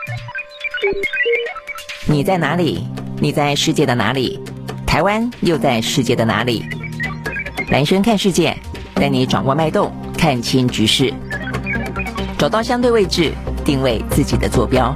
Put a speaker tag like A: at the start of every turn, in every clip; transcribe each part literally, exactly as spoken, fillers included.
A: 你在哪里？你在世界的哪里？台湾又在世界的哪里？蓝轩看世界，带你掌握脉动，看清局势，找到相对位置，定位自己的坐标。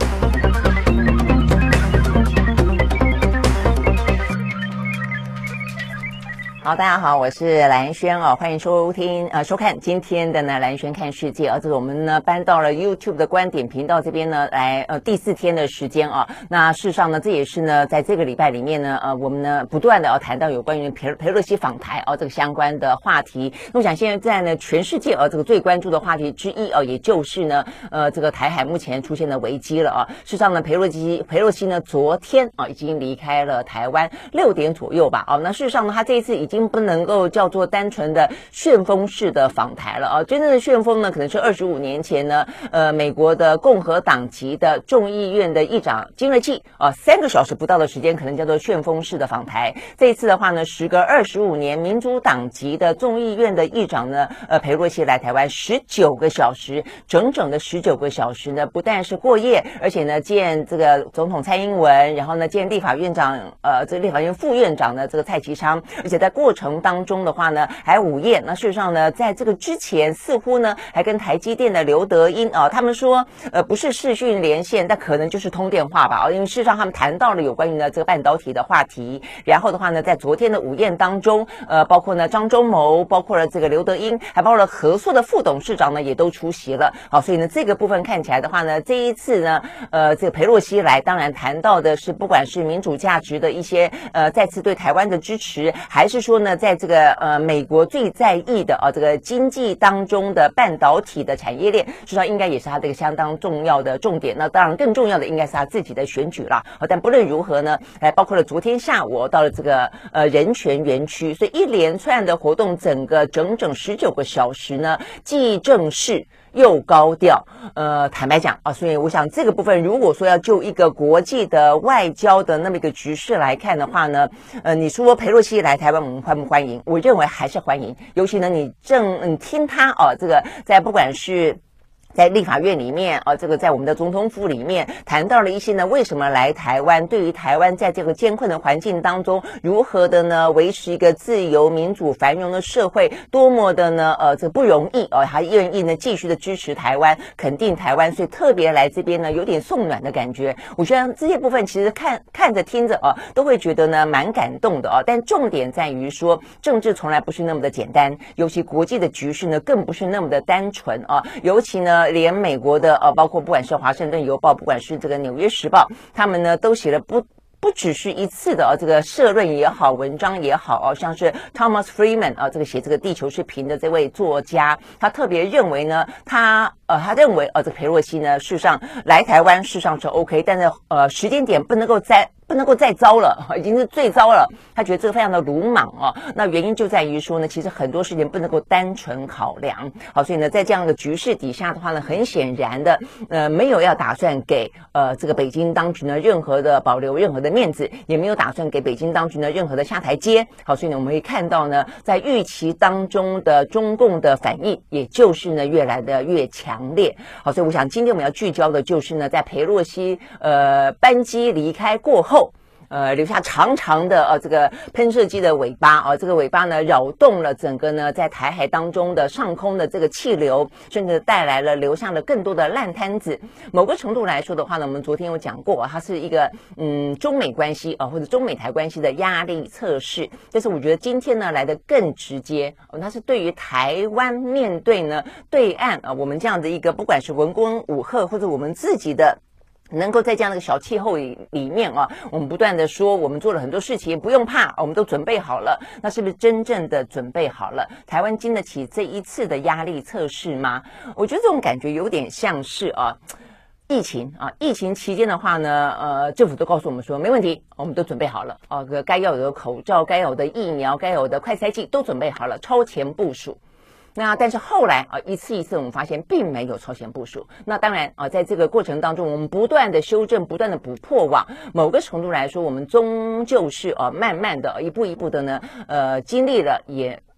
A: 好，大家好，我是蓝轩哦，欢迎收听呃收看今天的呢蓝轩看世界啊，这是我们呢搬到了 YouTube 的观点频道这边呢来呃第四天的时间啊。那事实上呢，这也是呢在这个礼拜里面呢呃我们呢不断的要谈到有关于裴裴洛西访台啊这个相关的话题。那我想现在呢全世界啊这个最关注的话题之一啊，也就是呢呃这个台海目前出现的危机了啊。事实上呢裴洛西裴洛西呢昨天啊已经离开了台湾六点左右吧啊。那事实上呢他这一次已经已经不能够叫做单纯的旋风式的访台了啊！真正的旋风呢，可能是二十五年前呢，呃，美国的共和党籍的众议院的议长金瑞气啊，三个小时不到的时间，可能叫做旋风式的访台。这一次的话呢，时隔二十五年，民主党籍的众议院的议长呢，呃，裴洛西来台湾十九个小时，整整的十九个小时呢，不但是过夜，而且呢，见这个总统蔡英文，然后呢，见立法院长，呃，这个立法院副院长呢，这个蔡其昌，而且在过程当中的话呢，还午宴。那事实上呢，在这个之前，似乎呢还跟台积电的刘德音啊，他们说，呃，不是视讯连线，但可能就是通电话吧。因为事实上他们谈到了有关于呢这个半导体的话题。然后的话呢，在昨天的午宴当中，呃，包括呢张忠谋，包括了这个刘德音，还包括了和硕的副董事长呢，也都出席了。好，所以呢这个部分看起来的话呢，这一次呢，呃，这个裴洛西来，当然谈到的是不管是民主价值的一些呃再次对台湾的支持，还是说呢，在这个呃美国最在意的啊这个经济当中的半导体的产业链，实际上应该也是他这个相当重要的重点。那当然更重要的应该是他自己的选举啦。但不论如何呢，还包括了昨天下午到了这个呃人权园区，所以一连串的活动，整个整整十九个小时呢，既正式又高调，呃，坦白讲啊，所以我想这个部分，如果说要就一个国际的外交的那么一个局势来看的话呢，呃，你说裴洛西来台湾，我们欢不欢迎？我认为还是欢迎，尤其呢，你正嗯听他啊，这个在不管是在立法院里面啊，这个在我们的总统府里面谈到了一些呢，为什么来台湾，对于台湾在这个艰困的环境当中，如何的呢维持一个自由民主繁荣的社会，多么的呢呃这不容易哦，还愿意呢继续的支持台湾，肯定台湾，所以特别来这边呢有点送暖的感觉。我觉得这些部分其实看看着听着啊，都会觉得呢蛮感动的啊。但重点在于说，政治从来不是那么的简单，尤其国际的局势呢更不是那么的单纯啊，尤其呢。连美国的呃，包括不管是华盛顿邮报，不管是这个纽约时报，他们呢都写了不不只是一次的、哦、这个社论也好，文章也好哦，像是 Thomas Friedman 啊，这个写这个地球是平的这位作家，他特别认为呢，他呃他认为呃这个裴洛西呢，事实上来台湾事实上是 OK， 但是呃时间点不能够在。不能够再糟了，已经是最糟了。他觉得这个非常的鲁莽哦。那原因就在于说呢，其实很多事情不能够单纯考量。好，所以呢，在这样的局势底下的话呢，很显然的，呃，没有要打算给呃这个北京当局呢任何的保留任何的面子，也没有打算给北京当局呢任何的下台阶。好，所以呢，我们会看到呢，在预期当中的中共的反应，也就是呢越来的越强烈。好，所以我想今天我们要聚焦的就是呢，在裴洛西呃班机离开过后。呃，留下长长的呃这个喷射机的尾巴啊、呃，这个尾巴呢扰动了整个呢在台海当中的上空的这个气流，甚至带来了留下了更多的烂摊子。某个程度来说的话呢，我们昨天有讲过、啊，它是一个嗯中美关系啊、呃、或者中美台关系的压力测试。但是我觉得今天呢来得更直接，呃、它是对于台湾面对呢对岸啊、呃、我们这样的一个不管是文攻武吓或者我们自己的。能够在这样的一个小气候里里面啊，我们不断的说我们做了很多事情，不用怕，我们都准备好了。那是不是真正的准备好了？台湾经得起这一次的压力测试吗？我觉得这种感觉有点像是啊。疫情啊，疫情期间的话呢，呃，政府都告诉我们说没问题，我们都准备好了啊，该要有的口罩、该有的疫苗、该有的快筛剂都准备好了，超前部署。那但是后来啊，一次一次我们发现并没有超前部署。那当然啊，在这个过程当中，我们不断的修正，不断的补破网。某个程度来说，我们终究是啊，慢慢的一步一步的呢，呃，经历了也。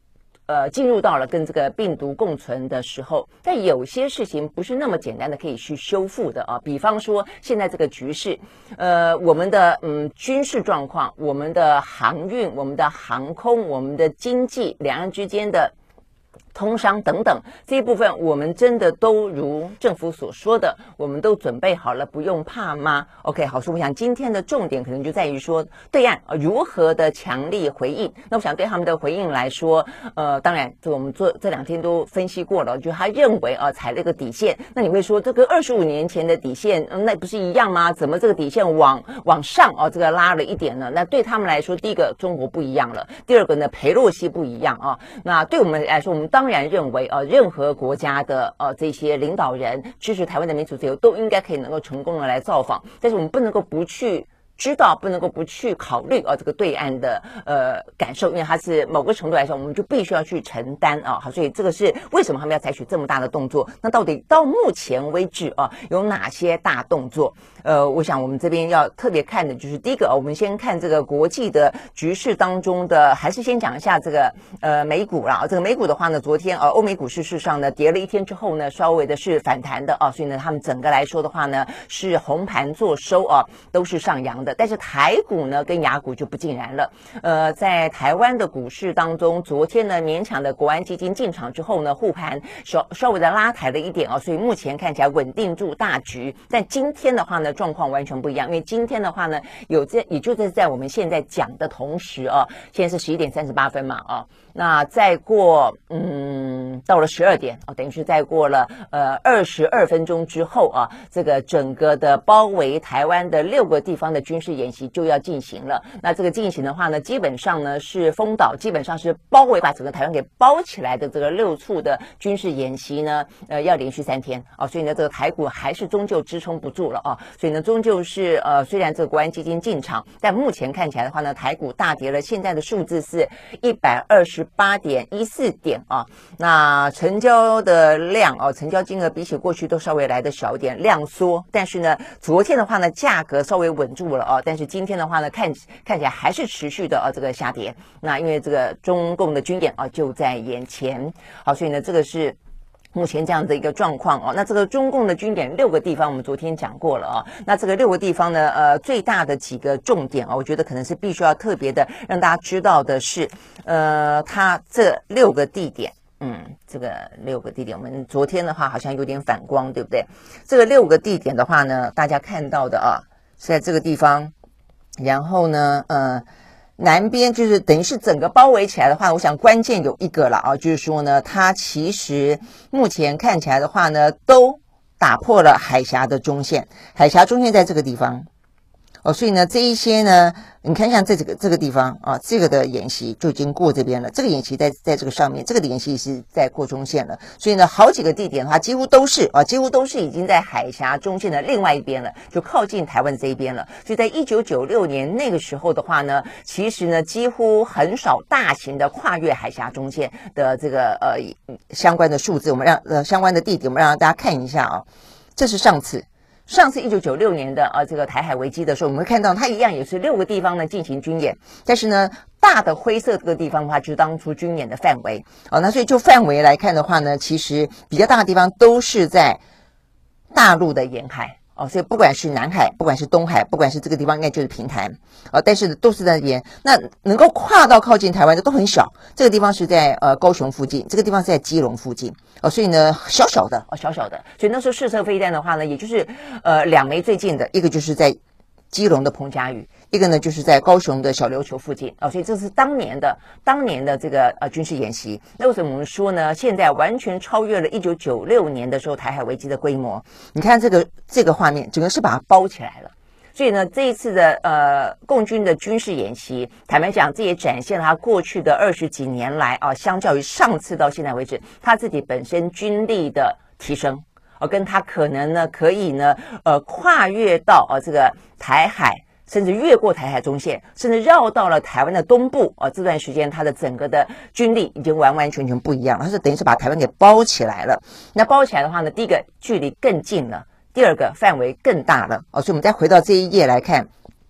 A: 呃，进入到了跟这个病毒共存的时候，但有些事情不是那么简单的可以去修复的啊。比方说，现在这个局势，呃，我们的嗯军事状况、我们的航运、我们的航空、我们的经济，两岸之间的通商等等这一部分，我们真的都如政府所说的，我们都准备好了，不用怕吗 ？OK， 好，所以我想今天的重点可能就在于说，对岸、呃、如何的强力回应。那我想对他们的回应来说，呃，当然，这我们做这两天都分析过了，就他认为啊、呃、踩了一个底线。那你会说，这个二十五年前的底线，嗯、那不是一样吗？怎么这个底线往往上哦、呃，这个拉了一点呢？那对他们来说，第一个中国不一样了，第二个呢，裴洛西不一样啊。那对我们来说，我们当然认为呃，任何国家的呃这些领导人支持台湾的民主自由，都应该可以能够成功的来造访，但是我们不能够不去知道，不能够不去考虑啊、呃、这个对岸的呃感受，因为它是某个程度来说，我们就必须要去承担啊。好，所以这个是为什么他们要采取这么大的动作？那到底到目前为止啊，有哪些大动作？呃，我想我们这边要特别看的就是第一个，我们先看这个国际的局势当中的，还是先讲一下这个呃美股啦。这个美股的话呢，昨天呃欧美股市事实上呢跌了一天之后呢，稍微的是反弹的啊，所以呢他们整个来说的话呢是红盘做收啊，都是上扬的。但是台股呢跟亚股就不尽然了。呃，在台湾的股市当中，昨天呢勉强的国安基金进场之后呢，护盘稍稍微的拉抬了一点啊，所以目前看起来稳定住大局。但今天的话呢，状况完全不一样，因为今天的话呢，有这也就是在我们现在讲的同时啊，现在是十一点三十八分嘛啊，那再过嗯到了十二点啊，等于是再过了呃二十二分钟之后啊，这个整个的包围台湾的六个地方的军事演习就要进行了。那这个进行的话呢，基本上呢是封岛，基本上是包围把整个台湾给包起来的这个六处的军事演习呢，呃要连续三天啊，所以呢这个台股还是终究支撑不住了啊。所以呢，终究是呃，虽然这个国安基金进场，但目前看起来的话呢，台股大跌了，现在的数字是一百二十八点一四点啊。那成交的量哦，成交金额比起过去都稍微来的小一点，量缩。但是呢，昨天的话呢，价格稍微稳住了哦，但是今天的话呢，看看起来还是持续的啊这个下跌。那因为这个中共的军演啊就在眼前，好，所以呢，这个是目前这样的一个状况哦。那这个中共的军演六个地方我们昨天讲过了哦。那这个六个地方呢，呃，最大的几个重点哦，我觉得可能是必须要特别的让大家知道的是，呃，它这六个地点。嗯，这个六个地点，我们昨天的话好像有点反光，对不对？这个六个地点的话呢，大家看到的啊，是在这个地方，然后呢，呃。南边就是等于是整个包围起来的话，我想关键有一个了啊，就是说呢，它其实目前看起来的话呢，都打破了海峡的中线，海峡中线在这个地方哦，所以呢，这一些呢，你看像这个这个地方啊，这个的演习就已经过这边了，这个演习在在这个上面，这个的演习是在过中线了，所以呢，好几个地点的话，几乎都是啊，几乎都是已经在海峡中线的另外一边了，就靠近台湾这一边了。所以在一九九六年那个时候的话呢，其实呢，几乎很少大型的跨越海峡中线的这个呃相关的数字，我们让呃相关的地点，我们让大家看一下啊，这是上次。上次一九九六年的啊这个台海危机的时候，我们会看到它一样也是六个地方呢进行军演，但是呢大的灰色这个地方的话就是当初军演的范围哦，那所以就范围来看的话呢，其实比较大的地方都是在大陆的沿海。哦，所以不管是南海，不管是东海，不管是这个地方，应该就是平潭，哦，但是都是在那边。那能够跨到靠近台湾的都很小，这个地方是在呃高雄附近，这个地方是在基隆附近，哦，所以呢小小的，哦小小的，所以那时候试射飞弹的话呢，也就是呃两枚最近的，一个就是在基隆的彭佳屿，一个呢就是在高雄的小琉球附近啊、哦，所以这是当年的当年的这个呃军事演习。那为什么我们说呢？现在完全超越了一九九六年的时候台海危机的规模。你看这个这个画面，整个是把它包起来了。所以呢，这一次的呃共军的军事演习，坦白讲，这也展现了他过去的二十几年来啊，相较于上次到现在为止，他自己本身军力的提升。呃，跟他可能呢，可以呢，呃，跨越到呃这个台海，甚至越过台海中线，甚至绕到了台湾的东部啊、呃。这段时间，他的整个的军力已经完完全全不一样了，他是等于是把台湾给包起来了。那包起来的话呢，第一个距离更近了，第二个范围更大了哦。所以我们再回到这一页来看。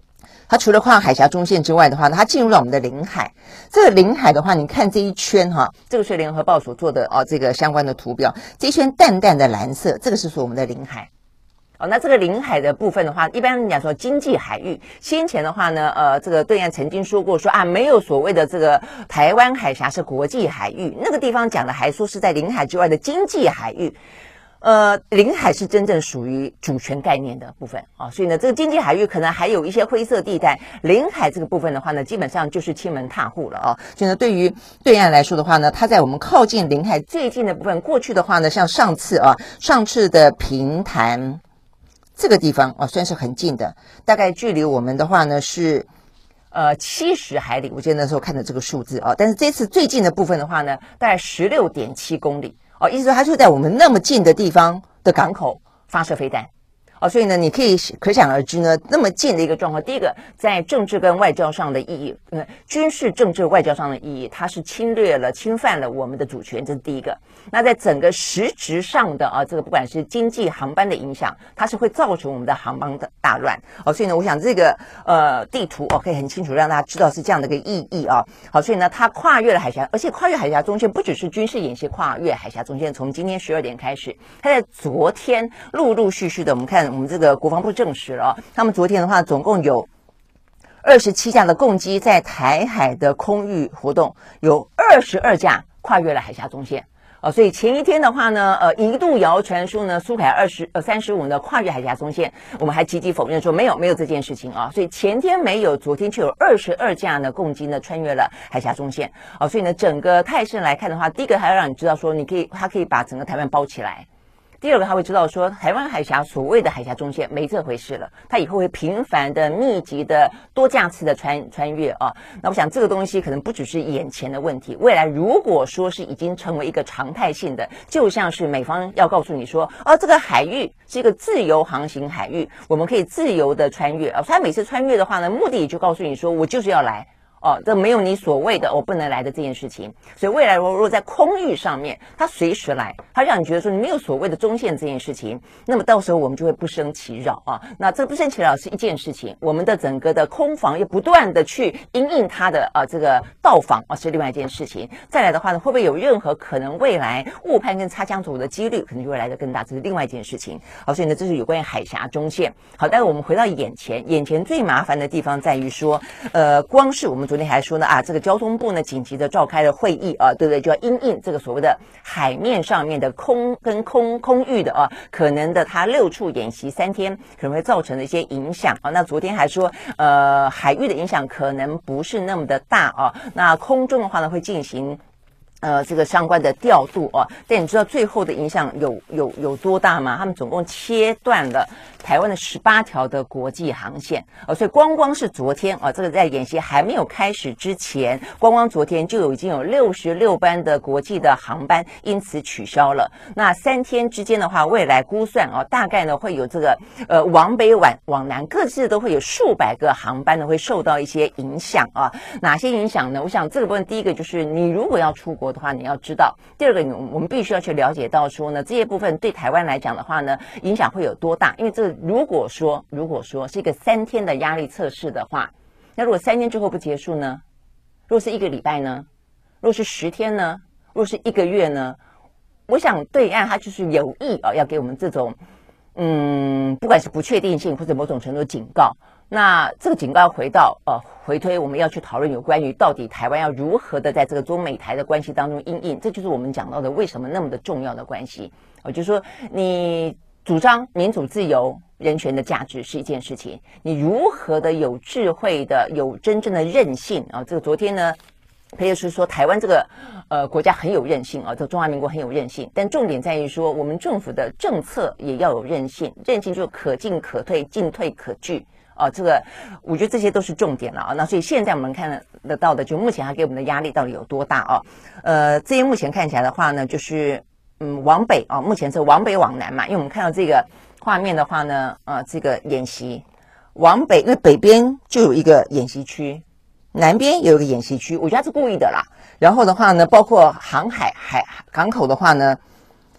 A: 它除了跨海峡中线之外的话呢，它进入到我们的领海。这个领海的话，你看这一圈哈，这个是联合报所做的哦，这个相关的图表，这一圈淡淡的蓝色，这个是属于我们的领海。哦，那这个领海的部分的话，一般讲说经济海域。先前的话呢，呃，这个对岸曾经说过说啊，没有所谓的这个台湾海峡是国际海域，那个地方讲的还说是在领海之外的经济海域。呃，领海是真正属于主权概念的部分啊，所以呢，这个经济海域可能还有一些灰色地带。领海这个部分的话呢，基本上就是亲门踏户了啊。所以呢，对于对岸来说的话呢，它在我们靠近领海最近的部分，过去的话呢，像上次啊，上次的平潭。这个地方啊，算是很近的，大概距离我们的话呢是呃七十海里，我记得那时候看的这个数字啊。但是这次最近的部分的话呢，大概十六点七公里哦，意思说它就在我们那么近的地方的港口发射飞弹。哦，所以呢，你可以可想而知呢，那么近的一个状况，第一个在政治跟外交上的意义，呃，军事、政治、外交上的意义，它是侵略了、侵犯了我们的主权，这是第一个。那在整个实质上的啊，这个不管是经济航班的影响，它是会造成我们的航班的大乱。哦，所以呢，我想这个呃地图哦，可以很清楚让大家知道是这样的一个意义啊。好，所以呢，它跨越了海峡，而且跨越海峡中线不只是军事演习，跨越海峡中线，从今天十二点开始，它在昨天陆陆续续的，我们看。我们这个国防部证实了、哦，他们昨天的话，总共有二十七架的共机在台海的空域活动，有二十二架跨越了海峡中线。哦，所以前一天的话呢，呃，一度谣传说呢，苏凯二十呃三十五呢跨越海峡中线，我们还积极否认说没有没有这件事情啊。所以前天没有，昨天却有二十二架呢共机呢穿越了海峡中线。哦，所以呢，整个态势来看的话，第一个还要让你知道说，你可以它可以把整个台湾包起来。第二个，他会知道说，台湾海峡所谓的海峡中线没这回事了，它以后会频繁的、密集的、多架次的穿穿越啊。那我想这个东西可能不只是眼前的问题，未来如果说是已经成为一个常态性的，就像是美方要告诉你说，哦，这个海域是一个自由航行海域，我们可以自由的穿越啊。他每次穿越的话呢，目的就告诉你说，我就是要来。哦，这没有你所谓的我、哦、不能来的这件事情，所以未来如果在空域上面，它随时来，它让你觉得说你没有所谓的中线这件事情，那么到时候我们就会不胜其扰啊。那这不胜其扰是一件事情，我们的整个的空防又不断的去因应它的啊这个到访啊是另外一件事情。再来的话呢，会不会有任何可能未来误判跟擦枪走火的几率可能就会来得更大，这是另外一件事情。好，所以呢，这是有关于海峡中线。好，但是我们回到眼前，眼前最麻烦的地方在于说，呃，光是我们昨天还说呢啊，这个交通部呢紧急的召开了会议啊，对不对？就要因应这个所谓的海面上面的空跟空空域的啊，可能的它六处演习三天可能会造成的一些影响啊。那昨天还说，呃，海域的影响可能不是那么的大啊。那空中的话呢，会进行。呃，这个相关的调度啊，但你知道最后的影响有有有多大吗？他们总共切断了台湾的十八条的国际航线，呃，所以光光是昨天啊，这个在演习还没有开始之前，光光昨天就有已经有六十六班的国际的航班因此取消了。那三天之间的话，未来估算啊，大概呢会有这个呃往北往往南各自都会有数百个航班呢会受到一些影响啊。哪些影响呢？我想这个部分第一个就是你如果要出国的话，你要知道；第二个，我们必须要去了解到说呢，这些部分对台湾来讲的话呢，影响会有多大？因为这如果说如果说是一个三天的压力测试的话，那如果三天之后不结束呢？如果是一个礼拜呢？如果是十天呢？如果是一个月呢？我想对岸它就是有意啊，要给我们这种嗯，不管是不确定性或者某种程度的警告。那这个警告回到呃回推，我们要去讨论有关于到底台湾要如何的在这个中美台的关系当中因应，这就是我们讲到的为什么那么的重要的关系。我就说你主张民主自由人权的价值是一件事情，你如何的有智慧的有真正的韧性啊？这个昨天呢裴律师说台湾这个呃国家很有韧性啊，这中华民国很有韧性，但重点在于说我们政府的政策也要有韧性，韧性就可进可退，进退可拒啊，这个我觉得这些都是重点了啊。那所以现在我们看得到的，就目前它给我们的压力到底有多大啊？呃，这些目前看起来的话呢，就是嗯往北啊，目前是往北往南嘛，因为我们看到这个画面的话呢，呃，这个演习往北，因为北边就有一个演习区。南边也有一个演习区，我觉得他是故意的啦。然后的话呢，包括航海海港口的话呢，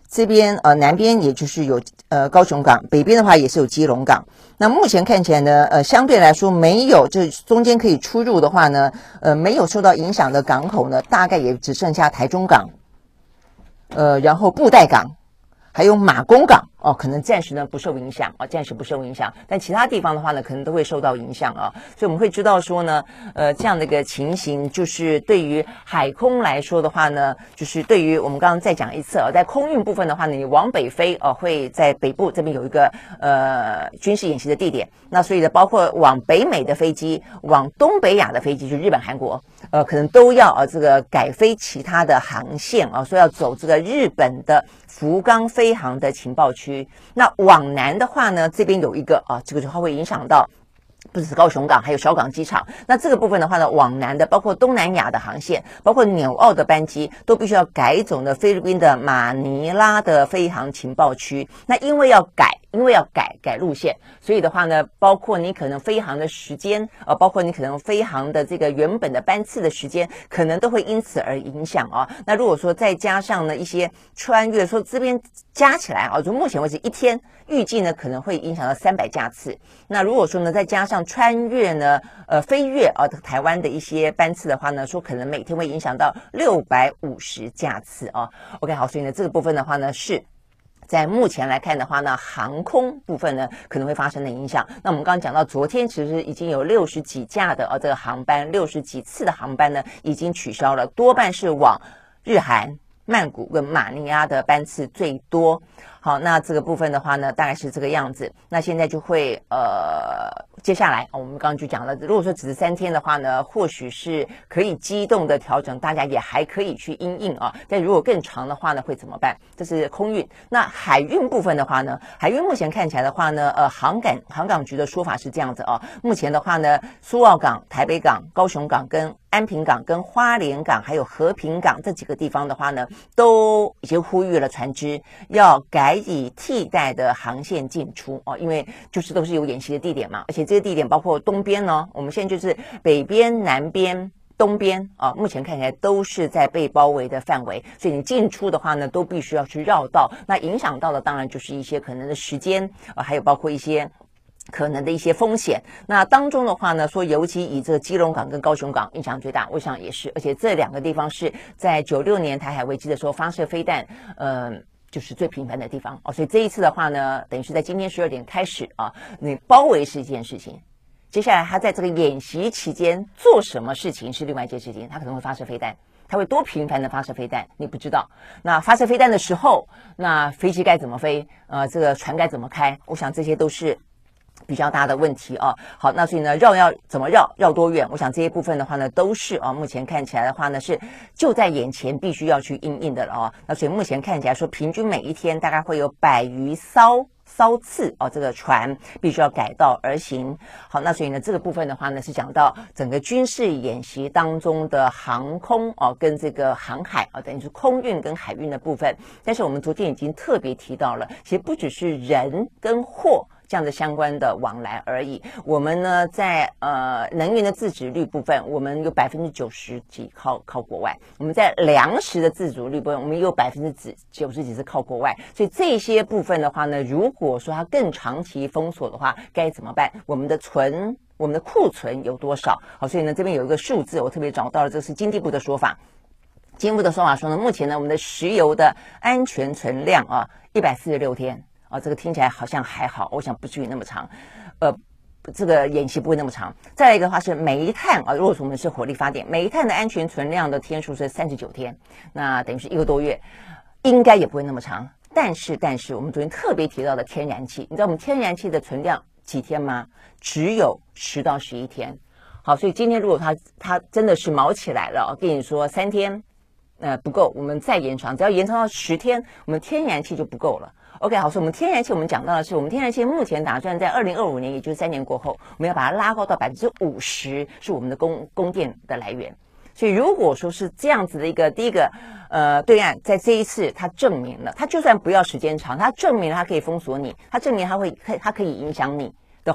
A: 这边呃南边也就是有呃高雄港，北边的话也是有基隆港。那目前看起来呢，呃相对来说没有，这中间可以出入的话呢，呃没有受到影响的港口呢，大概也只剩下台中港，呃然后布袋港。还有马公港哦，可能暂时呢不受影响啊，暂时不受影响，但其他地方的话呢，可能都会受到影响啊。所以我们会知道说呢，呃，这样的一个情形，就是对于海空来说的话呢，就是对于我们刚刚再讲一次啊，在空运部分的话呢，你往北飞哦、啊，会在北部这边有一个呃军事演习的地点。那所以呢，包括往北美的飞机，往东北亚的飞机，就日本、韩国，呃，可能都要啊这个改飞其他的航线啊，说要走这个日本的福冈飞航的情报区。那往南的话呢，这边有一个啊，这个的话会影响到不只是高雄港，还有小港机场。那这个部分的话呢，往南的包括东南亚的航线，包括纽澳的班机，都必须要改走呢菲律宾的马尼拉的飞航情报区。那因为要改。因为要改改路线，所以的话呢，包括你可能飞航的时间，呃，包括你可能飞航的这个原本的班次的时间，可能都会因此而影响啊。那如果说再加上呢一些穿越，说这边加起来啊，就目前为止一天预计呢可能会影响到三百架次。那如果说呢再加上穿越呢，呃，飞越啊台湾的一些班次的话呢，说可能每天会影响到六百五十架次啊。OK， 好，所以呢这个部分的话呢是。在目前来看的话呢，航空部分呢可能会发生的影响。那我们刚刚讲到，昨天其实已经有六十几架的呃这个航班，六十几次的航班呢已经取消了，多半是往日韩、曼谷跟马尼拉的班次最多。好，那这个部分的话呢，大概是这个样子。那现在就会呃，接下来我们刚刚就讲了，如果说只是三天的话呢，或许是可以机动的调整，大家也还可以去因应啊。但如果更长的话呢，会怎么办？这是空运。那海运部分的话呢，海运目前看起来的话呢，呃，航港航港局的说法是这样子啊。目前的话呢，苏澳港、台北港、高雄港跟安平港跟花莲港还有和平港这几个地方的话呢，都已经呼吁了船只要改以替代的航线进出哦，因为就是都是有演习的地点嘛，而且这些地点包括东边呢，我们现在就是北边、南边、东边啊，目前看起来都是在被包围的范围，所以你进出的话呢，都必须要去绕道，那影响到的当然就是一些可能的时间啊，还有包括一些。可能的一些风险，那当中的话呢，说尤其以这个基隆港跟高雄港影响最大，我想也是，而且这两个地方是在九六年台海危机的时候发射飞弹，呃，就是最频繁的地方哦。所以这一次的话呢，等于是在今天十二点开始啊，你包围是一件事情，接下来他在这个演习期间做什么事情是另外一件事情，他可能会发射飞弹。它会多频繁的发射飞弹，你不知道。那发射飞弹的时候，那飞机该怎么飞？呃，这个船该怎么开？我想这些都是比较大的问题啊。好，那所以呢，绕要怎么绕，绕多远？我想这些部分的话呢，都是啊，目前看起来的话呢，是就在眼前必须要去因应的了啊。那所以目前看起来说，平均每一天大概会有百余艘。艘次哦，这个船必须要改道而行。好，那所以呢，这个部分的话呢，是讲到整个军事演习当中的航空哦，跟这个航海啊，等于是空运跟海运的部分。但是我们昨天已经特别提到了，其实不只是人跟货这样的相关的往来而已。我们呢，在呃能源的自给率部分，我们有百分之九十几靠靠国外；我们在粮食的自主率部分，我们有百分之九十几是靠国外。所以这些部分的话呢，如果说它更长期封锁的话，该怎么办？我们的存我们的库存有多少？好，所以呢，这边有一个数字，我特别找到了，这是经济部的说法。经济部的说法说呢，目前呢，我们的石油的安全存量啊，一百四十六天。啊，这个听起来好像还好，我想不至于那么长，呃，这个演习不会那么长。再来一个的话是煤炭啊，如果说我们是火力发电，煤炭的安全存量的天数是三十九天，那等于是一个多月，应该也不会那么长。但是，但是我们昨天特别提到的天然气，你知道我们天然气的存量几天吗？只有十到十一天。好，所以今天如果它它真的是毛起来了，我跟你说三天，呃不够，我们再延长，只要延长到十天，我们天然气就不够了。OK， 好，所以我们天然气，我们讲到的是，我们天然气目前打算在二零二五年，也就是三年过后，我们要把它拉高到百分之五十，是我们的供供电的来源。所以如果说是这样子的一个，第一个，呃，对岸在这一次它证明了，它就算不要时间长，它证明了它可以封锁你，它证明它会它可以影响你的话，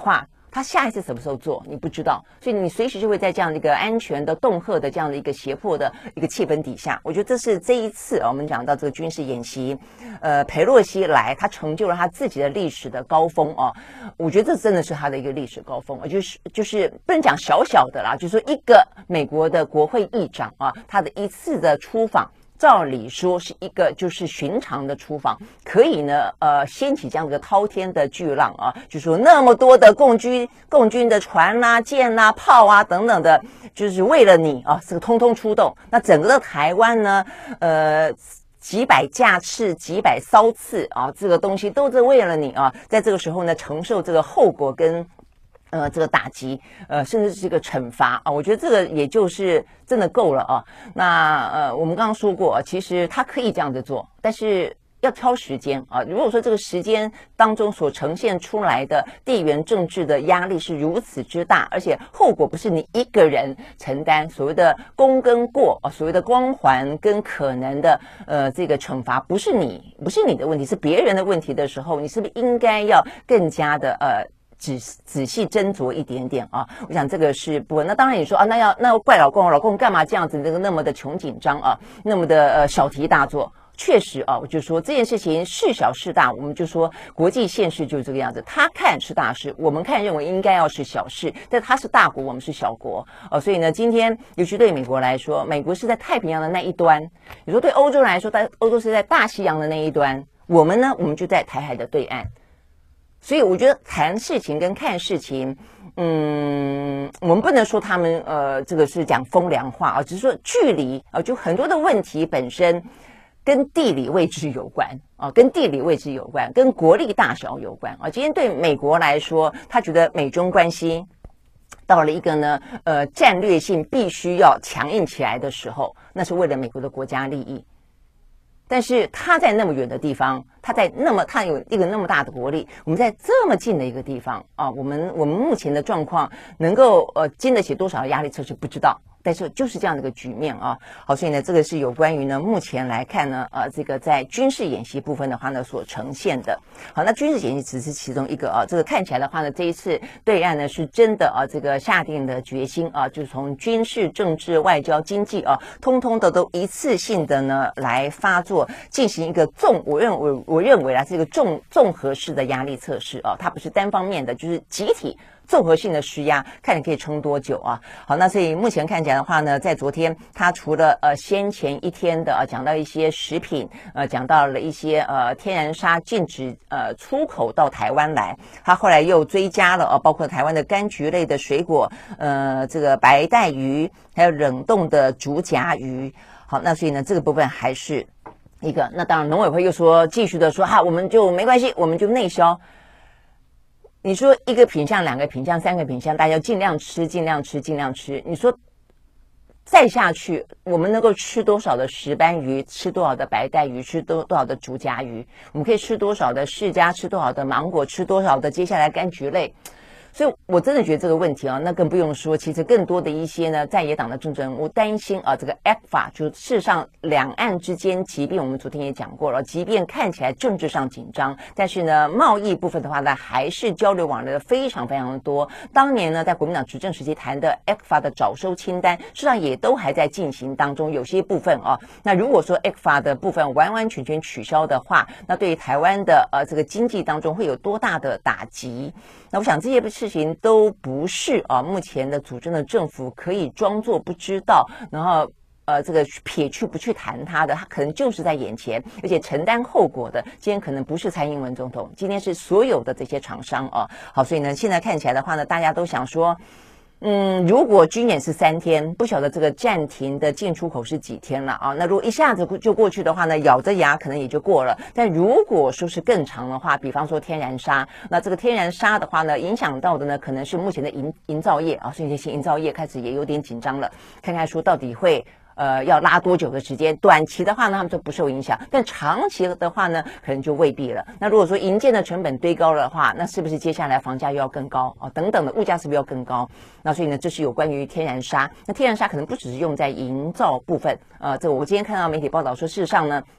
A: 他下一次什么时候做你不知道，所以你随时就会在这样的一个安全的恫吓的这样的一个胁迫的一个气氛底下，我觉得这是这一次啊我们讲到这个军事演习，呃，裴洛西来，他成就了他自己的历史的高峰啊，我觉得这真的是他的一个历史高峰，就是就是不能讲小小的啦，就是说一个美国的国会议长啊，他的一次的出访。照理说是一个就是寻常的出访，可以呢呃掀起这样的滔天的巨浪啊，就说那么多的共军共军的船啦、啊、舰啦、啊、炮啊等等的，就是为了你啊，这个通通出动。那整个的台湾呢，呃。几百架次、几百艘次啊，这个东西都是为了你啊，在这个时候呢，承受这个后果跟呃这个打击，呃，甚至是一个惩罚啊。我觉得这个也就是真的够了啊。那呃，我们刚刚说过，其实他可以这样子做，但是要挑时间啊。如果说这个时间当中所呈现出来的地缘政治的压力是如此之大，而且后果不是你一个人承担，所谓的功跟过啊，所谓的光环跟可能的呃这个惩罚，不是你不是你的问题，是别人的问题的时候，你是不是应该要更加的呃仔仔细斟酌一点点啊？我想这个是不。那当然你说啊，那要那要怪老公，老公干嘛这样子那个那么的穷紧张啊，那么的呃小题大做。确实啊，我就说这件事情是小是大，我们就说国际现实就是这个样子。他看是大事，我们看认为应该要是小事，但他是大国，我们是小国哦。所以呢，今天尤其对美国来说，美国是在太平洋的那一端；你说对欧洲来说，在欧洲是在大西洋的那一端，我们呢，我们就在台海的对岸。所以我觉得谈事情跟看事情，嗯，我们不能说他们呃这个是讲风凉话啊，只是说距离啊，就很多的问题本身。跟地理位置有关啊，跟地理位置有关，跟国力大小有关啊。今天对美国来说，他觉得美中关系到了一个呢，呃，战略性必须要强硬起来的时候，那是为了美国的国家利益。但是他在那么远的地方，他在那么他有一个那么大的国力，我们在这么近的一个地方啊，我们我们目前的状况能够呃经得起多少压力测试不知道。但是就是这样的一个局面啊，好，所以呢，这个是有关于呢，目前来看呢，呃，这个在军事演习部分的话呢，所呈现的。好，那军事演习只是其中一个啊，这个看起来的话呢，这一次对岸呢是真的啊，这个下定了决心啊，就是从军事、政治、外交、经济啊，通通的都一次性的呢来发作，进行一个综，我认为我认为啊，是一个综综合式的压力测试啊，它不是单方面的，就是集体。综合性的施压，看你可以撑多久啊？好，那所以目前看起来的话呢，在昨天，他除了呃先前一天的呃讲到一些食品，呃讲到了一些呃天然砂禁止呃出口到台湾来，他后来又追加了呃包括台湾的柑橘类的水果，呃这个白带鱼，还有冷冻的竹荚鱼。好，那所以呢这个部分还是一个，那当然农委会又说继续的说哈，我们就没关系，我们就内销。你说一个品项、两个品项、三个品项，大家尽量吃、尽量吃、尽量吃。你说再下去，我们能够吃多少的石斑鱼，吃多少的白带鱼，吃多多少的竹荚鱼？我们可以吃多少的释迦，吃多少的芒果，吃多少的接下来柑橘类？所以我真的觉得这个问题啊，那更不用说，其实更多的一些呢，在野党的政治人物担心啊，这个 A P F A 就事实上两岸之间，即便我们昨天也讲过了，即便看起来政治上紧张，但是呢，贸易部分的话呢，还是交流往来的非常非常的多。当年呢，在国民党执政时期谈的 A P F A 的找收清单，事实上也都还在进行当中，有些部分啊，那如果说 A P F A 的部分完完全全取消的话，那对于台湾的呃这个经济当中会有多大的打击？那我想这些事情都不是啊，目前的主政的政府可以装作不知道，然后呃这个撇去不去谈它的，它可能就是在眼前，而且承担后果的，今天可能不是蔡英文总统，今天是所有的这些厂商啊。好，所以呢，现在看起来的话呢，大家都想说。嗯，如果军演是三天，不晓得这个暂停的进出口是几天了啊？那如果一下子就过去的话呢，咬着牙可能也就过了。但如果说是更长的话，比方说天然砂，那这个天然砂的话呢，影响到的呢，可能是目前的营营造业啊，所以这些营造业开始也有点紧张了，看看说到底会。呃，要拉多久的时间？短期的话呢，他们就不受影响，但长期的话呢，可能就未必了。那如果说营建的成本堆高了的话，那是不是接下来房价又要更高啊？等等的物价是不是要更高？那所以呢，这是有关于天然砂。那天然砂可能不只是用在营造部分，呃，这我今天看到媒体报道说，事实上呢。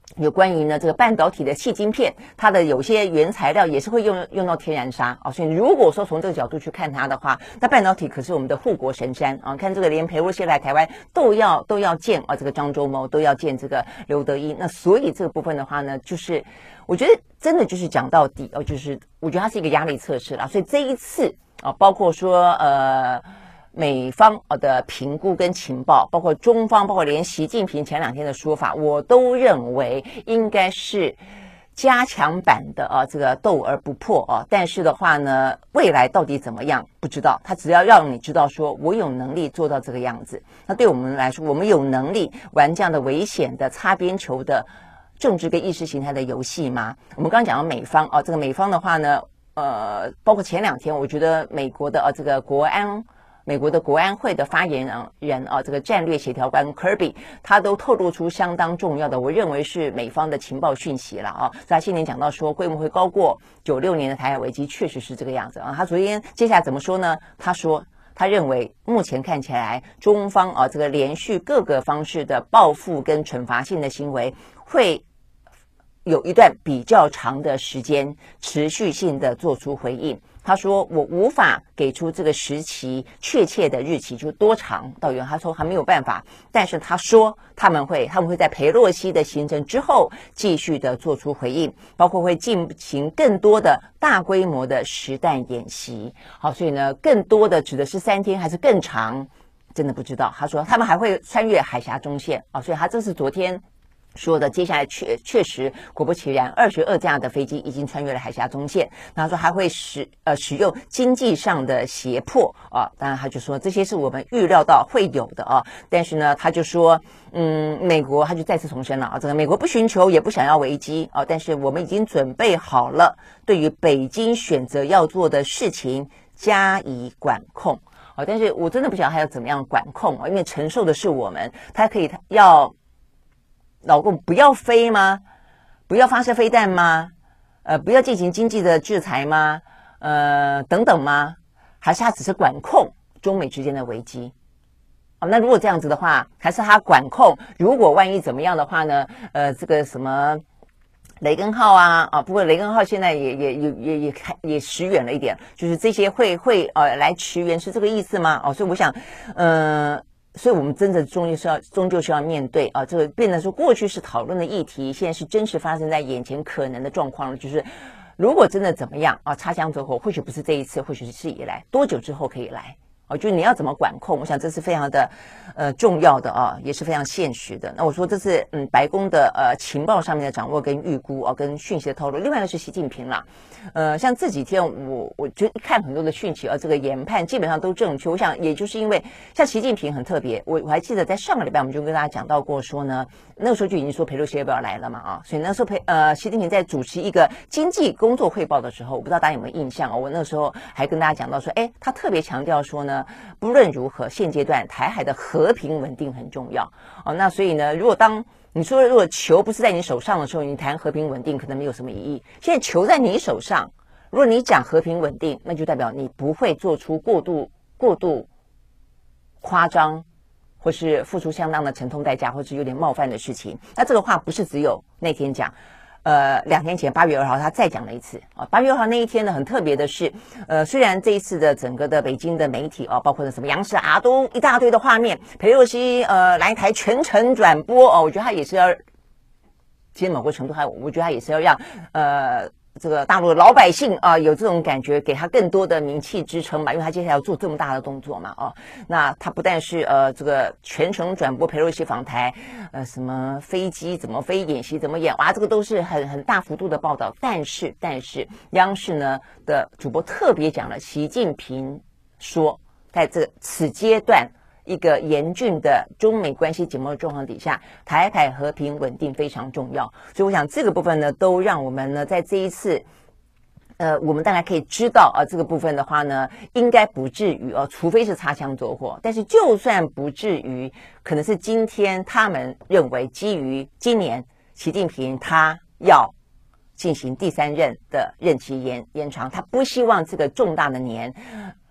A: 有关于呢这个半导体的矽晶片，它的有些原材料也是会用用到天然砂啊，所以如果说从这个角度去看它的话，那半导体可是我们的护国神山啊。看这个连裴洛西来台湾都要都要见啊，这个张忠谋都要见这个刘德音，那所以这个部分的话呢，就是我觉得真的就是讲到底哦，就是我觉得它是一个压力测试啦。所以这一次啊，包括说呃。美方的评估跟情报，包括中方，包括连习近平前两天的说法，我都认为应该是加强版的啊，这个斗而不破啊。但是的话呢，未来到底怎么样不知道，他只要让你知道说我有能力做到这个样子，那对我们来说，我们有能力玩这样的危险的擦边球的政治跟意识形态的游戏吗？我们刚刚讲到美方啊，这个美方的话呢，呃，包括前两天，我觉得美国的啊这个国安。美国的国安会的发言人啊，这个战略协调官 Kirby， 他都透露出相当重要的，我认为是美方的情报讯息了啊。在新年讲到说规模会高过九六年的台海危机，确实是这个样子啊。他昨天接下来怎么说呢？他说他认为目前看起来中方啊这个连续各个方式的报复跟惩罚性的行为会有一段比较长的时间持续性的做出回应。他说我无法给出这个时期确切的日期，就多长到远，他说还没有办法，但是他说他们会他们会在裴洛西的行程之后继续的做出回应，包括会进行更多的大规模的实弹演习。好，所以呢更多的指的是三天还是更长，真的不知道。他说他们还会穿越海峡中线啊，所以他这是昨天说的，接下来确确实果不其然，二十二架的飞机已经穿越了海峡中线。他说还会使呃使用经济上的胁迫啊，当然他就说这些是我们预料到会有的啊，但是呢他就说嗯，美国他就再次重申了啊，这个美国不寻求也不想要危机啊，但是我们已经准备好了对于北京选择要做的事情加以管控啊，但是我真的不晓得他要怎么样管控啊，因为承受的是我们，他可以要。老公不要飞吗？不要发射飞弹吗？呃，不要进行经济的制裁吗？呃，等等吗？还是他只是管控中美之间的危机？哦，那如果这样子的话，还是他管控？如果万一怎么样的话呢？呃，这个什么雷根号啊啊，不过雷根号现在也也也也也开也驶远了一点，就是这些会会呃来驰援是这个意思吗？哦，所以我想，呃。所以我们真的终究是要终究是要面对啊，这个变得说过去是讨论的议题，现在是真实发生在眼前可能的状况了。就是如果真的怎么样啊，擦枪走火，或许不是这一次，或许是以来多久之后可以来哦，就是你要怎么管控，我想这是非常的呃重要的啊，也是非常现实的。那我说这是嗯白宫的呃情报上面的掌握跟预估啊，跟讯息的透露。另外一个是习近平啦，呃，像这几天我我觉得看很多的讯息啊，这个研判基本上都正确。我想也就是因为像习近平很特别，我我还记得在上个礼拜我们就跟大家讲到过说呢，那个时候就已经说裴洛西要不要来了嘛啊，所以那时候裴呃习近平在主持一个经济工作汇报的时候，我不知道大家有没有印象啊？我那时候还跟大家讲到说，哎，他特别强调说呢，不论如何，现阶段台海的和平稳定很重要哦。那所以呢，如果当你说如果球不是在你手上的时候，你谈和平稳定可能没有什么意义。现在球在你手上，如果你讲和平稳定，那就代表你不会做出过度过度夸张，或是付出相当的沉痛代价，或是有点冒犯的事情。那这个话不是只有那天讲。呃，两天前八月二号，他再讲了一次啊。八月二号那一天呢，很特别的是，呃，虽然这一次的整个的北京的媒体啊，包括什么央视啊，都一大堆的画面，裴洛西呃来台全程转播哦，我觉得他也是要，其实某个程度还，我觉得他也是要让呃。这个大陆的老百姓啊、呃，有这种感觉，给他更多的名气支撑嘛，因为他接下来要做这么大的动作嘛，哦，那他不但是呃这个全程转播裴洛西访台，呃什么飞机怎么飞、演习怎么演，哇，这个都是很很大幅度的报道。但是但是央视呢的主播特别讲了，习近平说，在这此阶段。一个严峻的中美关系紧绷的状况底下，台海和平稳定非常重要。所以我想这个部分呢，都让我们呢在这一次，呃，我们大概可以知道啊，这个部分的话呢，应该不至于哦，除非是擦枪走火。但是就算不至于，可能是今天他们认为基于今年习近平他要进行第三任的任期延延长，他不希望这个重大的年。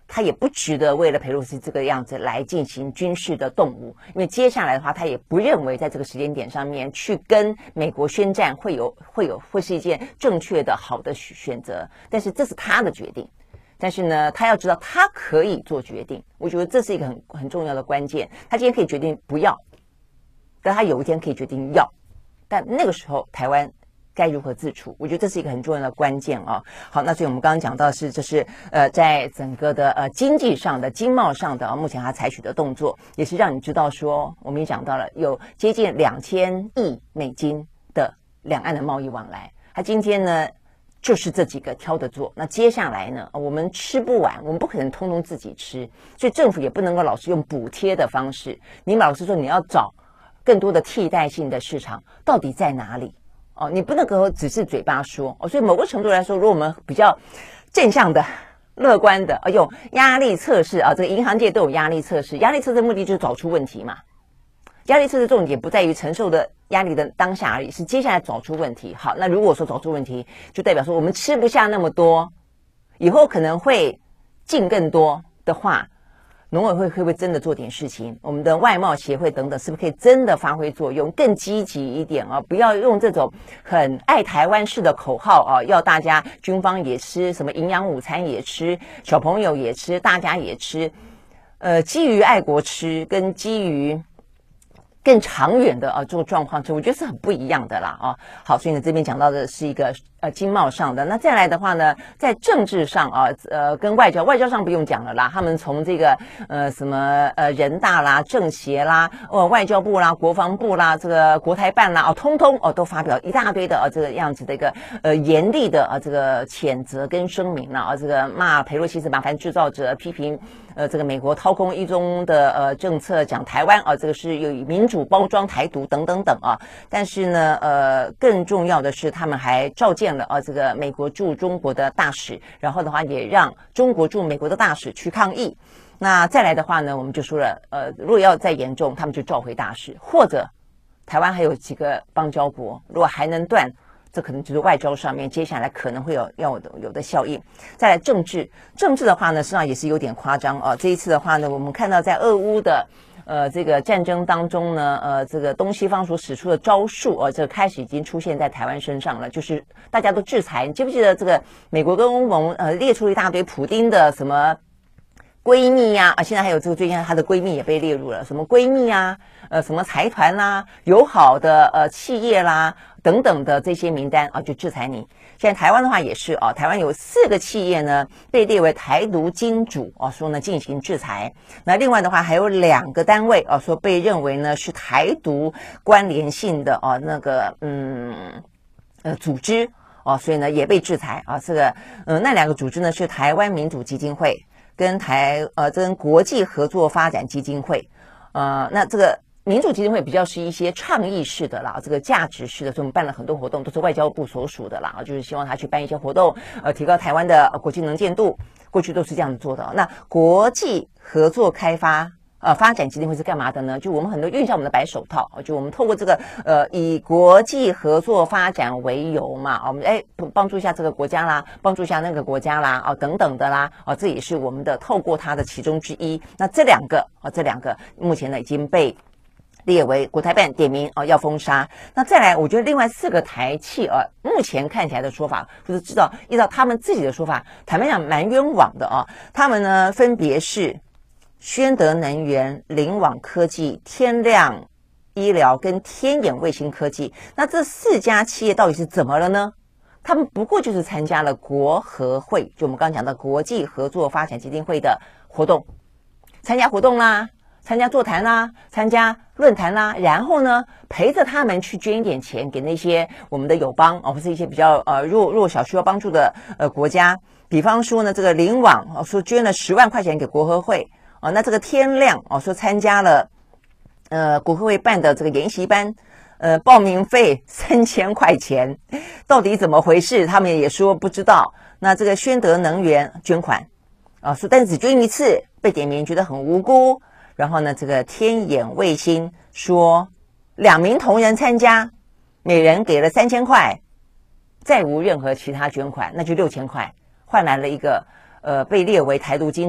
A: 他也不值得为了裴洛西这个样子来进行军事的动武，因为接下来的话，他也不认为在这个时间点上面去跟美国宣战会有会有会是一件正确的好的选择。但是这是他的决定，但是呢，他要知道他可以做决定，我觉得这是一个很很重要的关键。他今天可以决定不要，但他有一天可以决定要，但那个时候台湾该如何自处？我觉得这是一个很重要的关键啊。好，那所以我们刚刚讲到的是，就是呃，在整个的呃经济上的、经贸上的啊，目前他采取的动作，也是让你知道说，我们也讲到了有接近两千亿美金的两岸的贸易往来。他今天呢，就是这几个挑的做。那接下来呢，我们吃不完，我们不可能通通自己吃，所以政府也不能够老是用补贴的方式。你老是说你要找更多的替代性的市场，到底在哪里？哦，你不能够只是嘴巴说哦，所以某个程度来说，如果我们比较正向的、乐观的，哎呦，压力测试啊，这个银行界都有压力测试，压力测试的目的就是找出问题嘛。压力测试重点不在于承受的压力的当下而已，是接下来找出问题。好，那如果说找出问题，就代表说我们吃不下那么多，以后可能会进更多的话。农委会会不会真的做点事情？我们的外贸协会等等，是不是可以真的发挥作用，更积极一点啊？不要用这种很爱台湾式的口号啊，要大家军方也吃，什么营养午餐也吃，小朋友也吃，大家也吃。呃，基于爱国吃，跟基于更长远的啊这种状况，我觉得是很不一样的啦啊。好，所以呢这边讲到的是一个呃经贸上的，那再来的话呢，在政治上啊，呃跟外交外交上不用讲了啦，他们从这个呃什么呃人大啦、政协啦、呃外交部啦、国防部啦、这个国台办啦，哦，通通哦都发表一大堆的啊这个样子的一个呃严厉的啊这个谴责跟声明了啊，这个骂裴洛西是麻烦制造者，批评呃这个美国掏空一中的呃政策，讲台湾啊，这个是有民主包装台独等等等啊。但是呢，呃，更重要的是，他们还召见了啊这个美国驻中国的大使，然后的话也让中国驻美国的大使去抗议。那再来的话呢，我们就说了，呃，如果要再严重，他们就召回大使，或者台湾还有几个邦交国，如果还能断。这可能就是外交上面接下来可能会有要有的有的效应。再来政治，政治的话呢，实际上也是有点夸张啊。这一次的话呢，我们看到在俄乌的呃这个战争当中呢，呃这个东西方所使出的招数啊，这个开始已经出现在台湾身上了，就是大家都制裁。你记不记得这个美国跟欧盟呃列出了一大堆普丁的什么闺蜜呀、啊，啊，现在还有这个最近她的闺蜜也被列入了，什么闺蜜啊，呃，什么财团啦、友好的呃企业啦等等的这些名单啊，就制裁你。现在台湾的话也是啊，台湾有四个企业呢被列为台独金主啊，说呢进行制裁。那另外的话还有两个单位啊，说被认为呢是台独关联性的啊那个嗯呃组织啊，所以呢也被制裁啊。这个嗯、呃、那两个组织呢是台湾民主基金会。跟台呃跟国际合作发展基金会，呃，那这个民主基金会比较是一些倡议式的啦，这个价值式的，所以我们办了很多活动，都是外交部所属的啦，就是希望他去办一些活动，呃，提高台湾的国际能见度，过去都是这样子做的。那国际合作开发。呃，发展基金会是干嘛的呢？就我们很多用一下我们的白手套，就我们透过这个呃以国际合作发展为由嘛，我们哎帮助一下这个国家啦，帮助一下那个国家啦，啊、哦、等等的啦，啊、哦、这也是我们的透过它的其中之一。那这两个啊、哦、这两个目前呢已经被列为国台办点名啊、哦、要封杀。那再来，我觉得另外四个台企啊，目前看起来的说法，就是知道依照他们自己的说法，坦白讲蛮冤枉的啊。他们呢分别是。宣德能源、凌网科技、天亮医疗跟天眼卫星科技，那这四家企业到底是怎么了呢？他们不过就是参加了国合会，就我们刚刚讲的国际合作发展基金会的活动，参加活动啦，参加座谈啦，参加论坛啦，然后呢陪着他们去捐一点钱给那些我们的友邦啊，或是一些比较呃弱弱小需要帮助的呃国家，比方说呢这个凌网啊说捐了十万块钱给国合会。哦，那这个天亮哦，说参加了呃国合会办的这个研习班，呃报名费三千块钱，到底怎么回事？他们也说不知道。那这个宣德能源捐款啊，说但是只捐一次，被点名觉得很无辜。然后呢，这个天眼卫星说两名同仁参加，每人给了三千块，再无任何其他捐款，那就六千块，换来了一个呃被列为台独金主。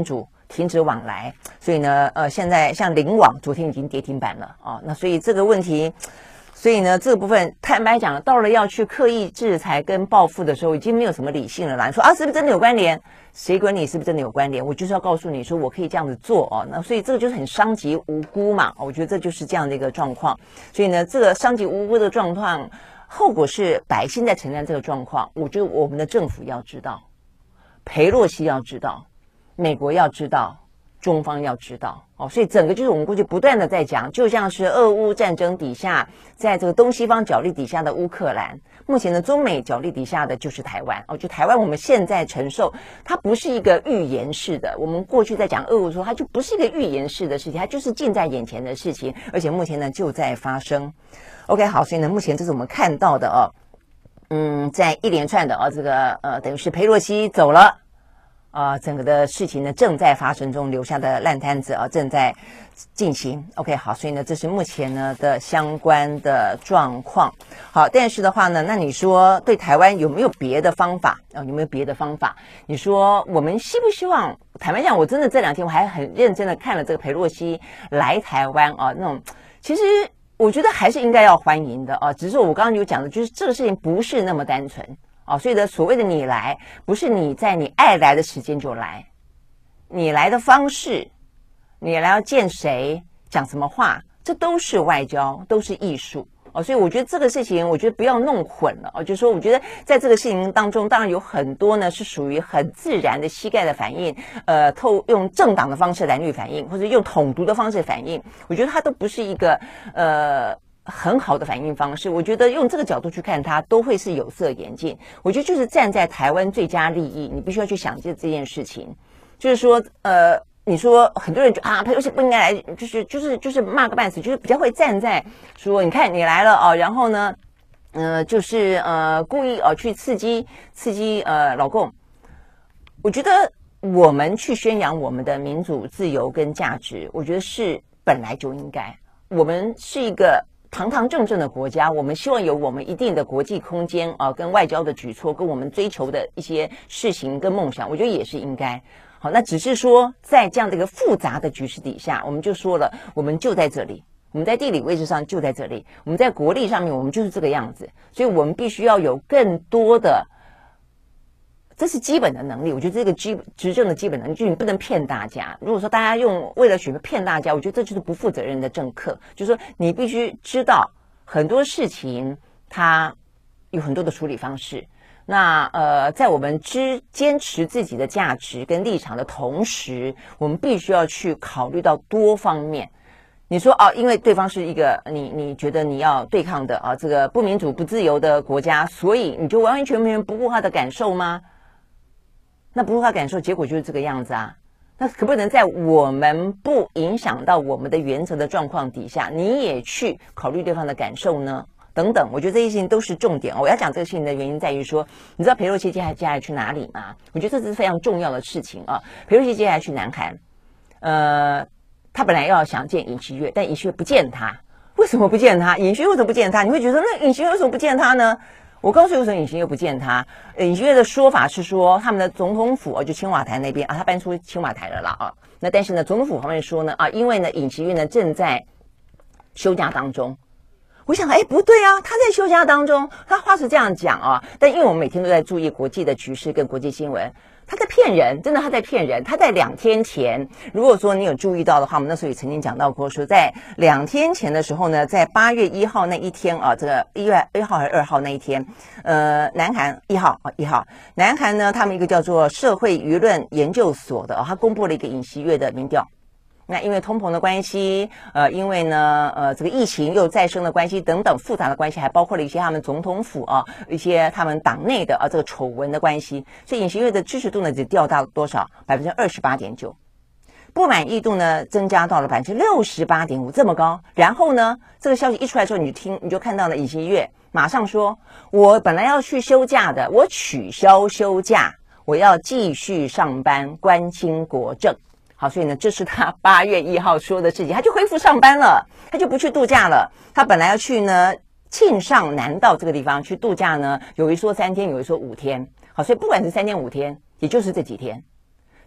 A: 停止往来，所以呢，呃，现在像领网昨天已经跌停板了啊，那所以这个问题。所以呢，这个部分坦白讲，到了要去刻意制裁跟报复的时候，已经没有什么理性了啦。你说啊，是不是真的有关联？谁管你是不是真的有关联？我就是要告诉你说，我可以这样子做哦。那所以这个就是很伤及无辜嘛。我觉得这就是这样的一个状况。所以呢，这个伤及无辜的状况，后果是百姓在承担这个状况。我觉得我们的政府要知道，裴洛西要知道，美国要知道。中方要知道哦，所以整个就是我们过去不断的在讲，就像是俄乌战争底下，在这个东西方角力底下的乌克兰，目前的中美角力底下的就是台湾哦。就台湾我们现在承受，它不是一个预言式的。我们过去在讲俄乌的时候，它就不是一个预言式的事情，它就是近在眼前的事情，而且目前呢就在发生。OK， 好，所以呢，目前这是我们看到的哦，嗯，在一连串的哦，这个呃，等于是裴洛西走了。啊、呃，整个的事情呢正在发生中，留下的烂摊子啊正在进行。OK， 好，所以呢，这是目前呢的相关的状况。好，但是的话呢，那你说对台湾有没有别的方法啊、呃？有没有别的方法？你说我们希不希望？坦白讲，我真的这两天我还很认真的看了这个裴洛西来台湾啊，那种其实我觉得还是应该要欢迎的啊，只是我刚刚有讲的，就是这个事情不是那么单纯。哦，所以的所谓的你来，不是你在你爱来的时间就来，你来的方式，你来要见谁，讲什么话，这都是外交，都是艺术。哦，所以我觉得这个事情，我觉得不要弄混了。哦，就是说，我觉得在这个事情当中，当然有很多呢是属于很自然的膝盖的反应，呃，透用政党的方式蓝绿反应，或者用统独的方式反应，我觉得它都不是一个呃。很好的反应方式，我觉得用这个角度去看它都会是有色眼镜。我觉得就是站在台湾最佳利益，你必须要去想这这件事情。就是说，呃，你说很多人就啊，裴洛西不应该来，就是就是就是骂个半死，就是比较会站在说，你看你来了哦，然后呢，呃，就是呃故意哦去刺激刺激呃老共。我觉得我们去宣扬我们的民主自由跟价值，我觉得是本来就应该。我们是一个堂堂正正的国家，我们希望有我们一定的国际空间啊、呃，跟外交的举措，跟我们追求的一些事情跟梦想，我觉得也是应该。好，那只是说在这样的一个复杂的局势底下，我们就说了，我们就在这里，我们在地理位置上就在这里，我们在国力上面我们就是这个样子，所以我们必须要有更多的。这是基本的能力，我觉得这个基执政的基本能力，就是你不能骗大家。如果说大家用为了选择骗大家，我觉得这就是不负责任的政客。就是说，你必须知道很多事情它有很多的处理方式。那呃，在我们知坚持自己的价值跟立场的同时，我们必须要去考虑到多方面。你说啊，因为对方是一个你你觉得你要对抗的啊，这个不民主不自由的国家，所以你就完完全全不顾他的感受吗？那不顾他感受，结果就是这个样子啊。那可不能在我们不影响到我们的原则的状况底下，你也去考虑对方的感受呢？等等，我觉得这些事情都是重点。我要讲这个事情的原因在于说，你知道裴洛西接下来接下来去哪里吗？我觉得这是非常重要的事情啊。裴洛西接下来去南韩，呃，他本来要想见尹锡悦，但尹锡悦不见他。为什么不见他？尹锡悦为什么不见他？你会觉得那尹锡悦为什么不见他呢？我告诉你为什么尹锡悦不见他。尹锡悦的说法是说，他们的总统府哦，就青瓦台那边啊，他搬出青瓦台了啦啊。那但是呢，总统府方面说呢啊，因为呢尹锡悦呢正在休假当中。我想，哎，不对啊，他在休假当中，他话是这样讲啊，但因为我们每天都在注意国际的局势跟国际新闻。他在骗人，真的他在骗人。他在两天前，如果说你有注意到的话，我们那时候也曾经讲到过，说在两天前的时候呢，在八月一号那一天啊，这个一月一号还是二号那一天，呃，南韩一号啊一号，南韩呢，他们一个叫做社会舆论研究所的啊，他公布了一个尹锡悦的民调。那因为通膨的关系，呃，因为呢，呃，这个疫情又再生的关系等等复杂的关系，还包括了一些他们总统府啊，一些他们党内的啊这个丑闻的关系，所以尹锡悦的支持度呢只掉到多少？百分之二十八点九，不满意度呢增加到了百分之六十八点五，这么高。然后呢，这个消息一出来之后，你就听你就看到了尹锡悦马上说，我本来要去休假的，我取消休假，我要继续上班，关心国政。好，所以呢，这是他八月一号说的事情，他就恢复上班了，他就不去度假了。他本来要去呢庆尚南道这个地方去度假呢，有一说三天，有一说五天。好，所以不管是三天五天，也就是这几天。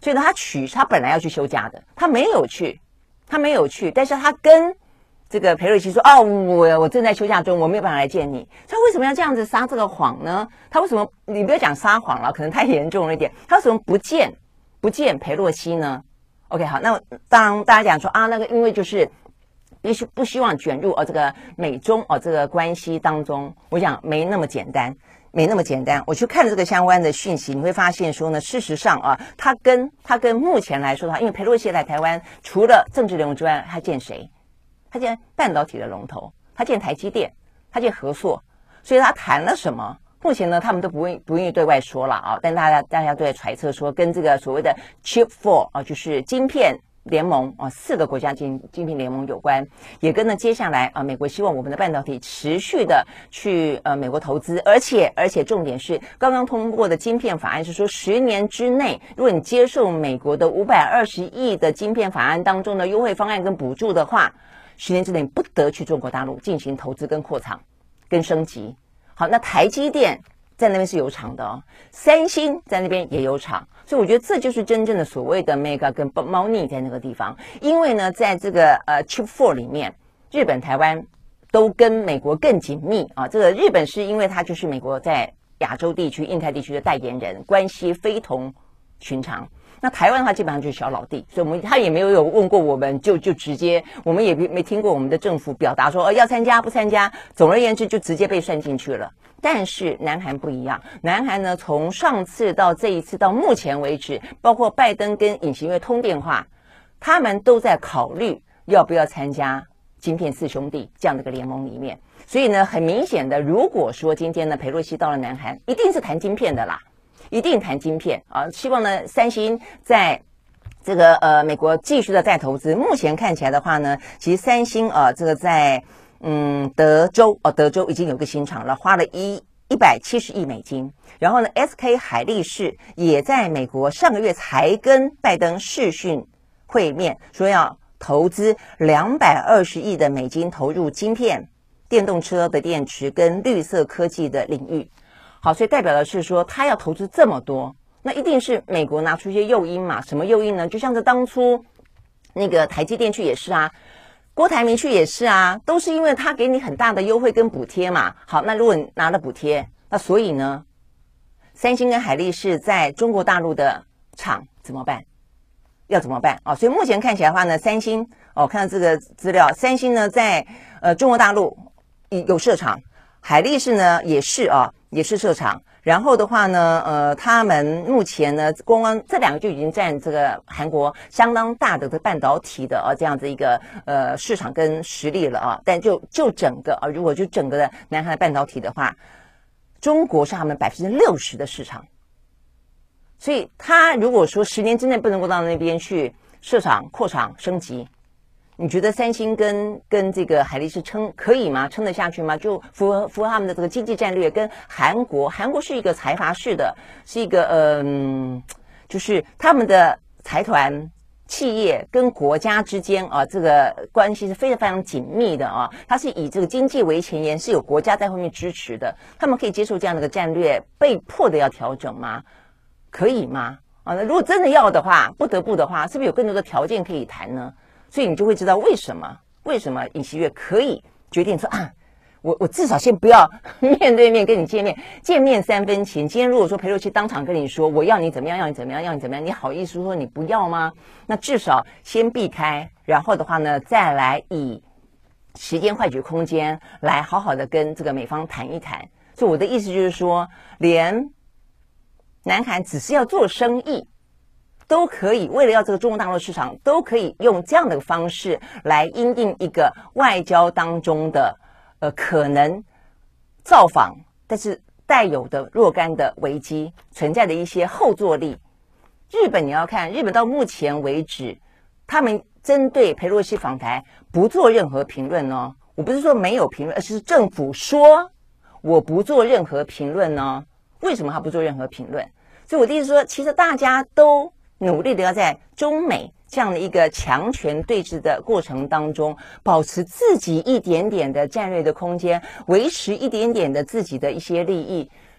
A: 所以呢，他取他本来要去休假的，他没有去，他没有去，但是他跟这个裴瑞熙说：“哦，我我正在休假中，我没有办法来见你。”他为什么要这样子撒这个谎呢？他为什么你不要讲撒谎了，可能太严重了一点。他为什么不见不见裴洛西呢 ？OK， 好，那当大家讲说啊，那个因为就是必须不希望卷入哦这个美中哦这个关系当中，我想没那么简单。没那么简单，我去看这个相关的讯息，你会发现说呢，事实上啊，他跟他跟目前来说的话，因为裴洛西来台湾，除了政治人物之外，他见谁？他见半导体的龙头，他见台积电，他见和硕，所以他谈了什么？目前呢，他们都不愿不愿意对外说了啊，但大家大家都在揣测说，跟这个所谓的 Chip Four 啊，就是晶片联盟啊，四个国家晶晶片联盟有关，也跟呢接下来啊，美国希望我们的半导体持续的去呃美国投资，而且而且重点是刚刚通过的晶片法案是说，十年之内，如果你接受美国的五百二十亿的晶片法案当中的优惠方案跟补助的话，十年之内不得去中国大陆进行投资跟扩厂跟升级。好，那台积电在那边是有厂的哦，三星在那边也有厂，所以我觉得这就是真正的所谓的 mega 跟猫腻在那个地方。因为呢，在这个呃 Chip Four 里面，日本、台湾都跟美国更紧密啊。这个日本是因为它就是美国在亚洲地区、印太地区的代言人，关系非同寻常。那台湾的话基本上就是小老弟，所以我们他也没有有问过我们，就就直接我们也没听过我们的政府表达说、呃、要参加不参加，总而言之就直接被算进去了。但是南韩不一样，南韩呢从上次到这一次到目前为止，包括拜登跟尹锡悦通电话，他们都在考虑要不要参加晶片四兄弟这样的一个联盟里面。所以呢很明显的，如果说今天呢裴洛西到了南韩，一定是谈晶片的啦，一定谈晶片啊！希望呢，三星在这个呃美国继续的再投资。目前看起来的话呢，其实三星啊，这个在嗯德州哦，德州已经有个新厂了，花了一一百七十亿美金。然后呢 ，S K 海力士也在美国上个月才跟拜登视讯会面，说要投资两百二十亿的美金投入晶片、电动车的电池跟绿色科技的领域。好，所以代表的是说他要投资这么多，那一定是美国拿出一些诱因嘛？什么诱因呢？就像是当初那个台积电去也是啊，郭台铭去也是啊，都是因为他给你很大的优惠跟补贴嘛。好，那如果你拿了补贴，那所以呢，三星跟海力士在中国大陆的厂怎么办？要怎么办啊？所以目前看起来的话呢，三星哦，看到这个资料，三星呢在呃中国大陆有设厂，海力士呢也是啊。也是设厂，然后的话呢，呃，他们目前呢，光光这两个就已经占这个韩国相当大的半导体的啊这样子一个呃市场跟实力了啊。但就就整个啊，如果就整个的南韩的半导体的话，中国是他们百分之六十的市场，所以他如果说十年之内不能够到那边去设厂、扩厂、升级。你觉得三星跟跟这个海力士撑可以吗？撑得下去吗？就符合符合他们的这个经济战略，跟韩国，韩国是一个财阀式的，是一个嗯、呃，就是他们的财团企业跟国家之间啊，这个关系是非常非常紧密的啊。它是以这个经济为前沿，是有国家在后面支持的。他们可以接受这样的一个战略，被迫的要调整吗？可以吗？啊，那如果真的要的话，不得不的话，是不是有更多的条件可以谈呢？所以你就会知道为什么为什么尹锡悦可以决定说啊，我我至少先不要面对面跟你见面，见面三分情。今天如果说裴洛西当场跟你说我要你怎么样，要你怎么样，要你怎么样，你好意思说你不要吗？那至少先避开，然后的话呢，再来以时间换取空间来好好的跟这个美方谈一谈。所以我的意思就是说，连南韩只是要做生意。都可以为了要这个中国大陆市场，都可以用这样的方式来因应一个外交当中的呃可能造访，但是带有的若干的危机存在的一些后坐力。日本你要看，日本到目前为止，他们针对裴洛西访台不做任何评论哦。我不是说没有评论，而是政府说我不做任何评论哦。为什么他不做任何评论？所以我的意思说，其实大家都努力的要在中美这样的一个强权对峙的过程当中，保持自己一点点的战略的空间，维持一点点的自己的一些利益。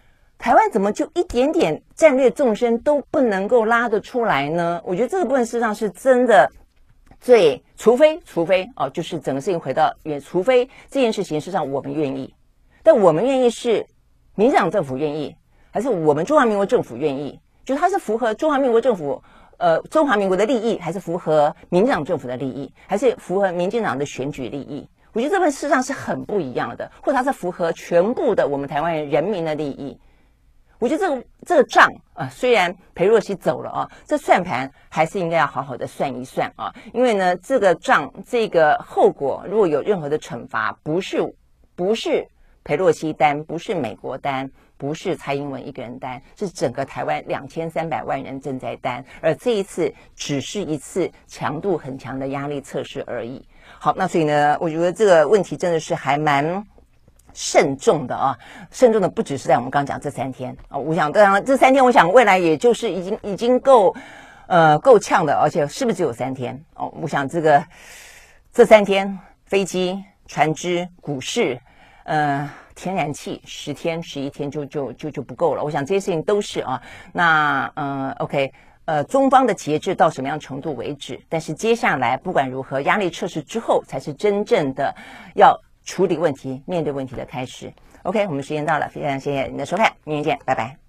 A: 台湾怎么就一点点战略纵深都不能够拉得出来呢？我觉得这个部分事实上是真的最，除非除非哦，就是整个事情回到原，除非这件事情事实上我们愿意，但我们愿意是民进党政府愿意，还是我们中华民国政府愿意？就它是符合中华民国政府呃中华民国的利益，还是符合民进党政府的利益，还是符合民进党的选举利益？我觉得这份事实上是很不一样的，或者它是符合全部的我们台湾人民的利益。我觉得这个这个账啊，虽然裴若曦走了啊，这算盘还是应该要好好的算一算啊，因为呢，这个账这个后果如果有任何的惩罚，不是不是裴若曦担，不是美国担，不是蔡英文一个人担，是整个台湾两千三百万人正在担，而这一次只是一次强度很强的压力测试而已。好，那所以呢，我觉得这个问题真的是还蛮慎重的啊，慎重的不只是在我们刚刚讲这三天啊，我想当然这三天，我想未来也就是已经已经够呃够呛的，而且是不是只有三天哦？我想这个这三天飞机、船只、股市、呃天然气十天、十一天就就就就不够了。我想这些事情都是啊，那呃 OK。呃，中方的节制到什么样程度为止？但是接下来不管如何，压力测试之后才是真正的要处理问题、面对问题的开始。OK， 我们时间到了，非常谢谢您的收看，明天见，拜拜。